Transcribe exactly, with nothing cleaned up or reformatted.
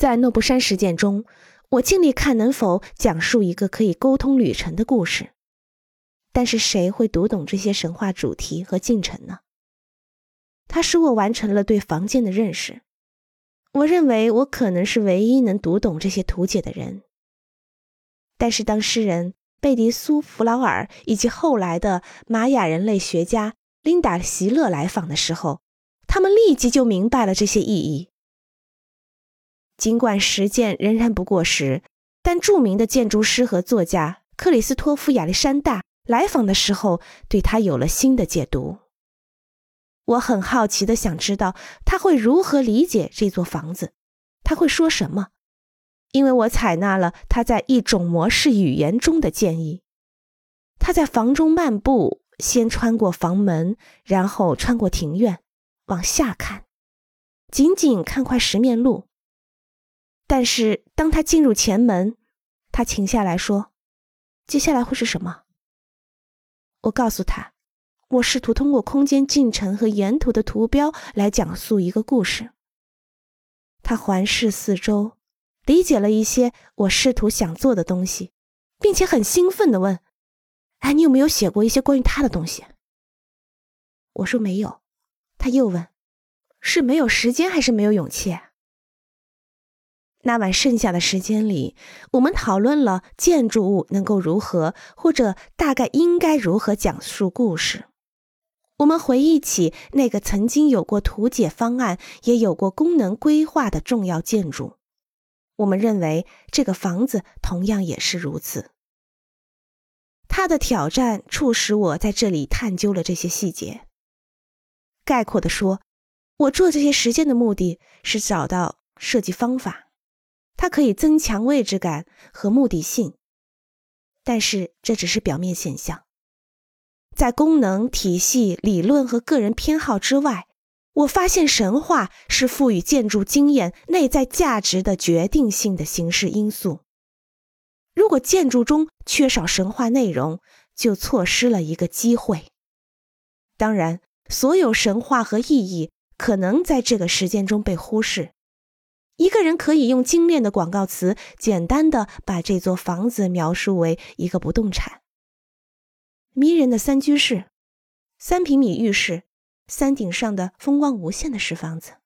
在诺布山实践中，我尽力看能否讲述一个可以沟通旅程的故事。但是谁会读懂这些神话主题和进程呢？它使我完成了对房间的认识。我认为我可能是唯一能读懂这些图解的人。但是当诗人贝迪苏·弗劳尔以及后来的玛雅人类学家琳达·席勒来访的时候，他们立即就明白了这些意义。尽管实践仍然不过时，但著名的建筑师和作家克里斯托夫·亚历山大来访的时候，对他有了新的解读。我很好奇地想知道他会如何理解这座房子，他会说什么，因为我采纳了他在一种模式语言中的建议。他在房中漫步，先穿过房门，然后穿过庭院，往下看，仅仅看块石面路。但是当他进入前门，他停下来说，接下来会是什么？我告诉他，我试图通过空间进程和沿途的图标来讲述一个故事。他环视四周，理解了一些我试图想做的东西，并且很兴奋地问，哎，你有没有写过一些关于他的东西？我说没有。他又问，是没有时间还是没有勇气？那晚剩下的时间里，我们讨论了建筑物能够如何，或者大概应该如何讲述故事。我们回忆起那个曾经有过图解方案，也有过功能规划的重要建筑。我们认为这个房子同样也是如此。它的挑战促使我在这里探究了这些细节。概括地说，我做这些实践的目的是找到设计方法，它可以增强位置感和目的性，但是这只是表面现象。在功能、体系、理论和个人偏好之外，我发现神话是赋予建筑经验内在价值的决定性的形式因素。如果建筑中缺少神话内容，就错失了一个机会。当然，所有神话和意义可能在这个实践中被忽视。一个人可以用精炼的广告词简单地把这座房子描述为一个不动产。迷人的三居室，三平米浴室，山顶上的风光无限的石房子。